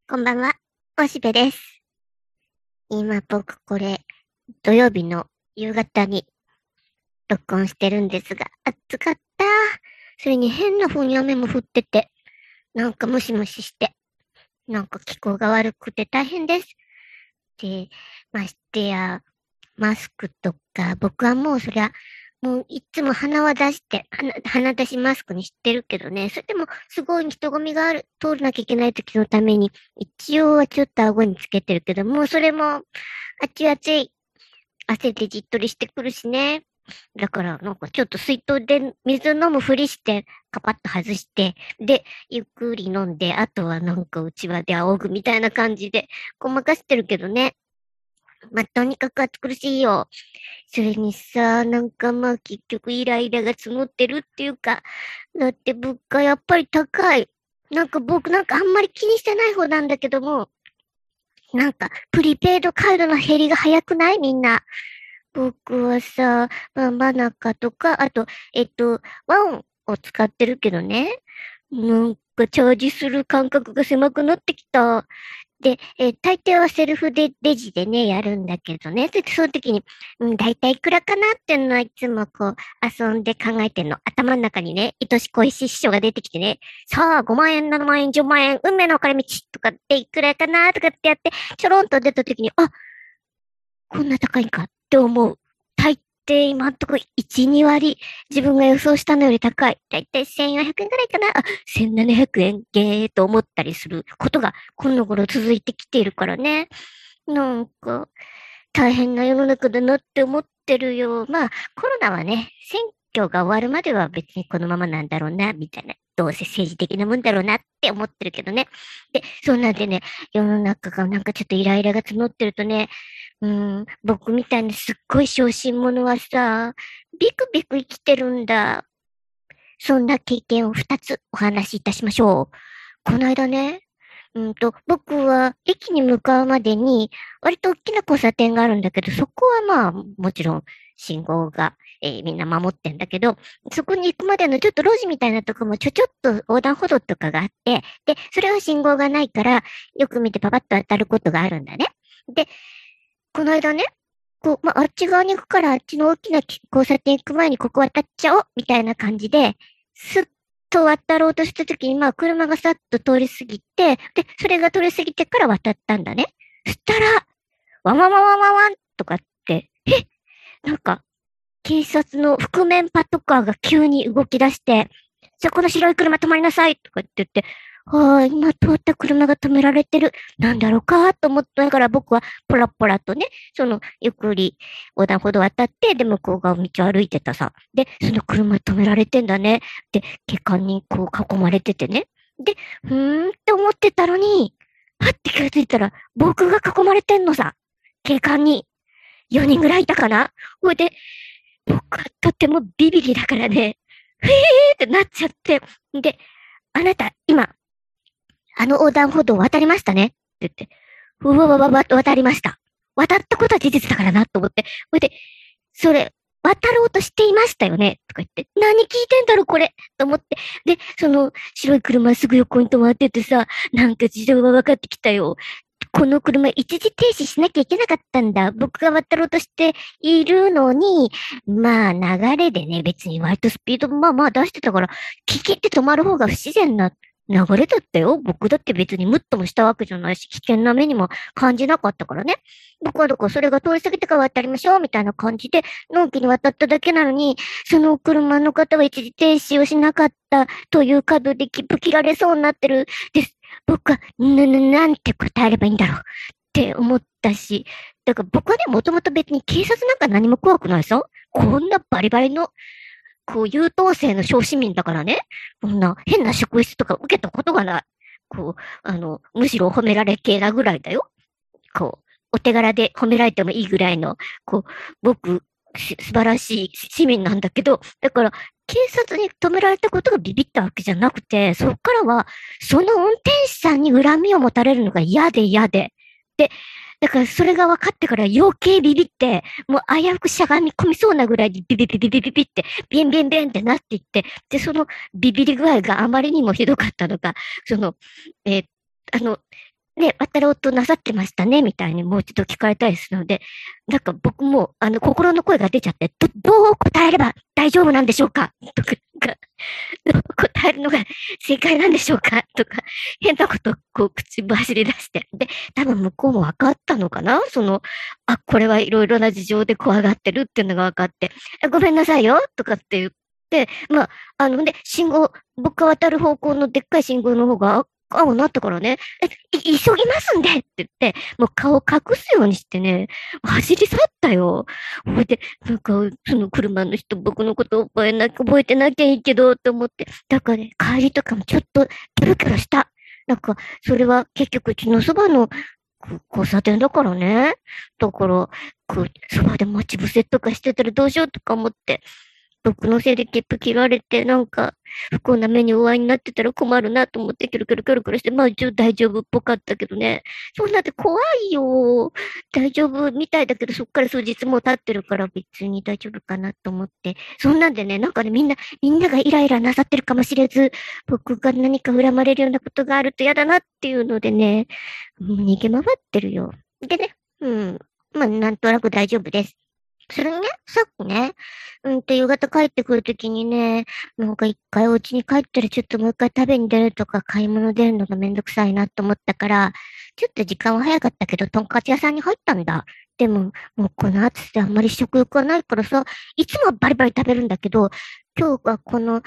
こんばんは、おしべです。今僕これ、土曜日の夕方に録音してるんですが、暑かった。それに変な風に雨も降ってて、なんかムシムシして、なんか気候が悪くて大変です。で、ましてや、マスクとか、僕はもうそりゃ、もういつも鼻は出して、鼻出しマスクにしてるけどね、それでもすごい人混みが通らなきゃいけない時のために、一応はちょっと顎につけてるけど、もうそれも、暑い、汗でじっとりしてくるしね。だから、なんかちょっと水筒で水飲むふりして、カパッと外して、で、ゆっくり飲んで、あとはなんかうちわで仰ぐみたいな感じで、ごまかしてるけどね。まあ、とにかく暑苦しいよ。それにさ、なんかまあ結局イライラが募ってるっていうか、だって物価やっぱり高い。なんか僕なんかあんまり気にしてない方なんだけども、なんかプリペイドカードの減りが早くないみんな。僕はさ、マナカとか、あと、ワンを使ってるけどね。なんかチャージする間隔が狭くなってきた。で、大抵はセルフでレジでね、やるんだけどね。で、その時に、だいたいいくらかなっていうのはいつもこう、遊んで考えてんの。頭の中にね、愛し恋し師匠が出てきてね、さあ、5万円、7万円、10万円、運命の分かれ道とかっていくらかなとかってやって、ちょろんと出た時に、あ、こんな高いんかって思う。大抵今んとこ1、2割、自分が予想したのより高い。だいたい1400円くえんくらいかな。あ、1700円ゲーと思ったりすることが、この頃続いてきているからね。なんか、大変な世の中だなって思ってるよ。まあ、コロナはね、選挙が終わるまでは別にこのままなんだろうな、みたいな。どうせ政治的なもんだろうなって思ってるけどね。で、そんなんでね、世の中がなんかちょっとイライラが募ってるとね、僕みたいなすっごい小心者はさ、ビクビク生きてるんだ。そんな経験を2つお話しいたしましょう。この間ね、僕は駅に向かうまでに、割と大きな交差点があるんだけど、そこはまあ、もちろん信号が、みんな守ってんだけど、そこに行くまでのちょっと路地みたいなとこもちょちょっと横断歩道とかがあって、で、それは信号がないから、よく見てパパッと当たることがあるんだね。で、この間ね、あっち側に行くから、あっちの大きな交差点行く前にここ渡っちゃおうみたいな感じで、スッと渡ろうとした時に、車がさっと通り過ぎて、で、それが通り過ぎてから渡ったんだね。そしたら、ワンワンワンワンワンワンとかって、なんか、警察の覆面パトカーが急に動き出して、そこの白い車止まりなさいとかって言って、今通った車が止められてる。なんだろうかと思ったから僕はポラポラとね、ゆっくり横断歩道渡って、で、向こう側道を歩いてたさ。で、その車止められてんだね。で、警官にこう囲まれててね。で、って思ってたのに、はって気がついたら、僕が囲まれてんのさ。警官に。4人ぐらいいたかな。ほいで、僕はとてもビビリだからね、ふえーってなっちゃって。で、あなた、今、あの横断歩道渡りましたねって言って、うわわわわ、渡りました。渡ったことは事実だからなと思って。ほいで、それ、渡ろうとしていましたよねとか言って、何聞いてんだろこれと思って。で、その白い車すぐ横に止まっててさ、なんか事情が分かってきたよ。この車一時停止しなきゃいけなかったんだ。僕が渡ろうとしているのに、まあ流れでね、別に割とスピードもまあまあ出してたから、聞きって止まる方が不自然な流れだったよ。僕だって別にムッともしたわけじゃないし、危険な目にも感じなかったからね。僕はだからそれが通り過ぎてから渡りましょうみたいな感じで、のんきに渡っただけなのに、その車の方は一時停止をしなかったという角で切符切られそうになってるです。僕は、なんて答えればいいんだろうって思ったし、だから僕はね、もともと別に警察なんか何も怖くないぞ。こんなバリバリの、優等生の小市民だからね、こんな変な職質とか受けたことがない。むしろ褒められ系なぐらいだよ。お手柄で褒められてもいいぐらいの、僕、素晴らしい市民なんだけど、だから、警察に止められたことがビビったわけじゃなくて、そっからは、その運転手さんに恨みを持たれるのが嫌で嫌で。で、だからそれが分かってから余計ビビって、もう危うくしゃがみ込みそうなぐらいにビビビビビビビって、ビンビンビンってなっていって、で、そのビビり具合があまりにもひどかったのか、その、えーあの、 ね、渡ろうとなさってましたね、みたいにもう一度聞かれたりするので、なんか僕も、心の声が出ちゃって、どう答えれば大丈夫なんでしょうかとか、どう答えるのが正解なんでしょうかとか、変なことをこう口走り出して。で、多分向こうも分かったのかなこれはいろいろな事情で怖がってるっていうのが分かって、ごめんなさいよとかって言って、まあ、僕が渡る方向のでっかい信号の方が青になったからね、急ぎますんでって言って、もう顔隠すようにしてね、走り去ったよ。ほいで、なんか、その車の人、僕のこと覚えてなきゃいいけど、と思って。だからね、帰りとかもちょっと、キョロキョロした。なんか、それは結局、うちのそばの交差点だからね。だから、そばで待ち伏せとかしてたらどうしようとか思って。僕のせいで切符切られて、なんか、不幸な目にお会いになってたら困るなと思って、キョロキョロキョロキョロして、まあ一応大丈夫っぽかったけどね。そんなって怖いよ。大丈夫みたいだけど、そっから数日も経ってるから別に大丈夫かなと思って。そんなんでね、なんかね、みんながイライラなさってるかもしれず、僕が何か恨まれるようなことがあると嫌だなっていうのでね、もう逃げ回ってるよ。でね、まあなんとなく大丈夫です。それにね、さっきね、夕方帰ってくるときにね、なんか一回お家に帰ったらちょっともう一回食べに出るとか買い物出るのがめんどくさいなと思ったから、ちょっと時間は早かったけど、とんかつ屋さんに入ったんだ。でも、もうこの暑さであんまり食欲がないからさ、いつもはバリバリ食べるんだけど、今日はこの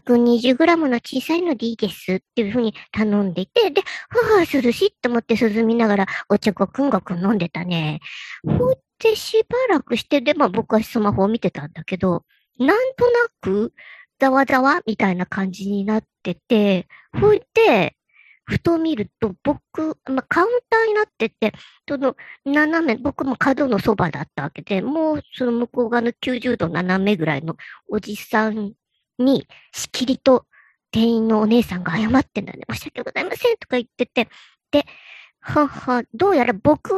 120g の小さいのでいいですっていうふうに頼んでいて、で、涼しいと思って涼みながらお茶ごくんごくん飲んでたね。ほいでしばらくして、で、まあ僕はスマホを見てたんだけど、なんとなく、ざわざわみたいな感じになってて、ほいで、ふと見ると、カウンターになってて、僕も角のそばだったわけで、もうその向こう側の90度斜めぐらいのおじさんに、しきりと店員のお姉さんが謝ってんだね。申し訳ございませんとか言ってて、で、どうやら僕は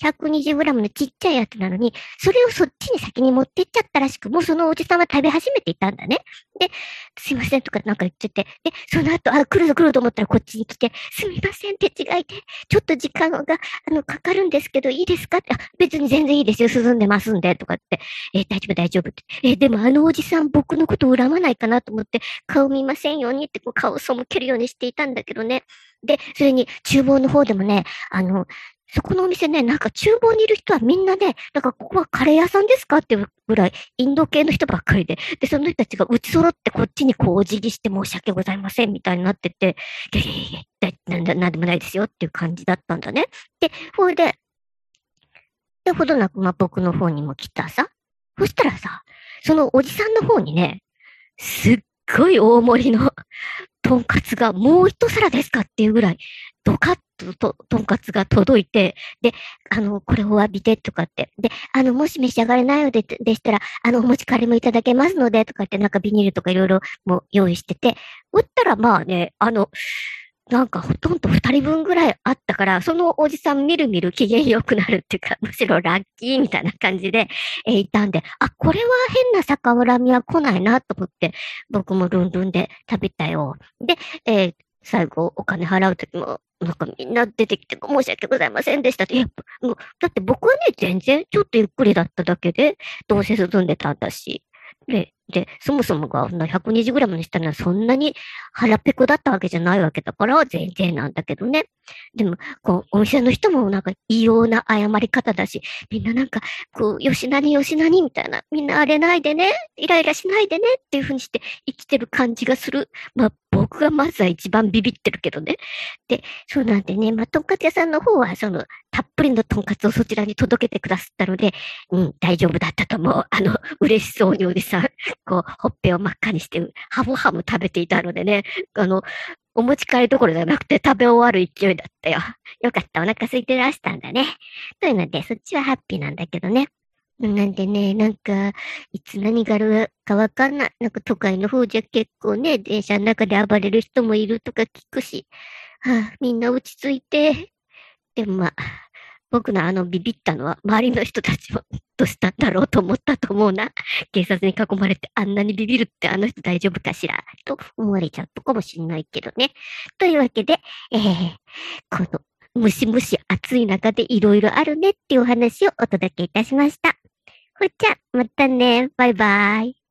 120g のちっちゃいやつなのに、それをそっちに先に持ってっちゃったらしく、もうそのおじさんは食べ始めていたんだね。で、すいませんとかなんか言ってて、で、その後、来ると思ったらこっちに来て、すみません、手違いで、ちょっと時間が、かかるんですけど、いいですかって、別に全然いいですよ、進んでますんで、とかって、大丈夫って。でもあのおじさん僕のこと恨まないかなと思って、顔見ませんようにってこう顔を背けるようにしていたんだけどね。で、それに厨房の方でもね、そこのお店ね、なんか厨房にいる人はみんなね、なんかここはカレー屋さんですかっていうぐらい、インド系の人ばっかりで、で、その人たちがうち揃ってこっちにこうお辞儀して申し訳ございませんみたいになってて、なんでもないですよっていう感じだったんだね。で、ほどなく、まあ、僕の方にも来たさ。そしたらさ、そのおじさんの方にね、すっごい大盛りのとんかつがもう一皿ですかっていうぐらい、ドカッとんかつが届いて、で、これお詫びでとかって、で、もし召し上がれないのでしたら、お持ち帰りもいただけますので、とかってなんかビニールとかいろいろもう用意してて、打ったらまあね、なんかほとんど二人分ぐらいあったから、そのおじさんみるみる機嫌良くなるっていうか、むしろラッキーみたいな感じで、いたんで、これは変な逆恨みは来ないなと思って、僕もルンルンで食べたよ。で、最後お金払うときも、なんかみんな出てきて申し訳ございませんでしたって。だって僕はね、全然ちょっとゆっくりだっただけで、どうせ進んでたんだし。で、そもそもが 120g にしたのはそんなに腹ペコだったわけじゃないわけだから、全然なんだけどね。でも、お店の人もなんか異様な謝り方だし、みんななんか、よしなによしなにみたいな、みんな荒れないでね、イライラしないでねっていう風にして生きてる感じがする。まあ、僕がまずは一番ビビってるけどね。で、そうなんでね、まあ、とんかつ屋さんの方は、たっぷりのとんかつをそちらに届けてくださったので、大丈夫だったと思う。嬉しそうにおじさん、ほっぺを真っ赤にして、ハムハム食べていたのでね、お持ち帰りどころじゃなくて食べ終わる勢いだったよ。よかった、お腹空いてらしたんだね。というので、そっちはハッピーなんだけどね。なんでね、なんか、いつ何があるかわかんない。なんか都会の方じゃ結構ね、電車の中で暴れる人もいるとか聞くし、みんな落ち着いて。でもまあ、僕のビビったのは、周りの人たちもどうしたんだろうと思ったと思うな。警察に囲まれてあんなにビビるってあの人大丈夫かしらと思われちゃったかもしれないけどね。というわけで、この、 ムシムシ暑い中でいろいろあるねっていうお話をお届けいたしました。ほっちゃ、またね。バイバイ。